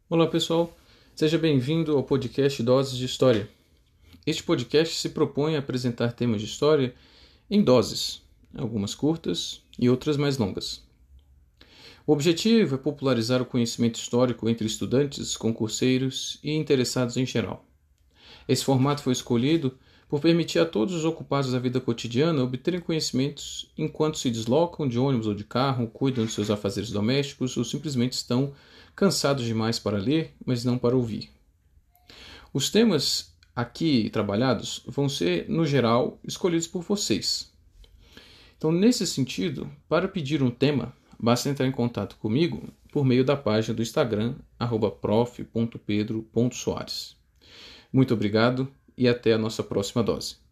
Olá pessoal, seja bem-vindo ao podcast Doses de História. Este podcast se propõe a apresentar temas de história em doses, algumas curtas e outras mais longas. O objetivo é popularizar o conhecimento histórico entre estudantes, concurseiros e interessados em geral. Esse formato foi escolhido por permitir a todos os ocupados da vida cotidiana obterem conhecimentos enquanto se deslocam de ônibus ou de carro, cuidam de seus afazeres domésticos ou simplesmente estão cansados demais para ler, mas não para ouvir. Os temas aqui trabalhados vão ser, no geral, escolhidos por vocês. Então, nesse sentido, para pedir um tema, basta entrar em contato comigo por meio da página do Instagram, @prof.pedro.soares. Muito obrigado e até a nossa próxima dose.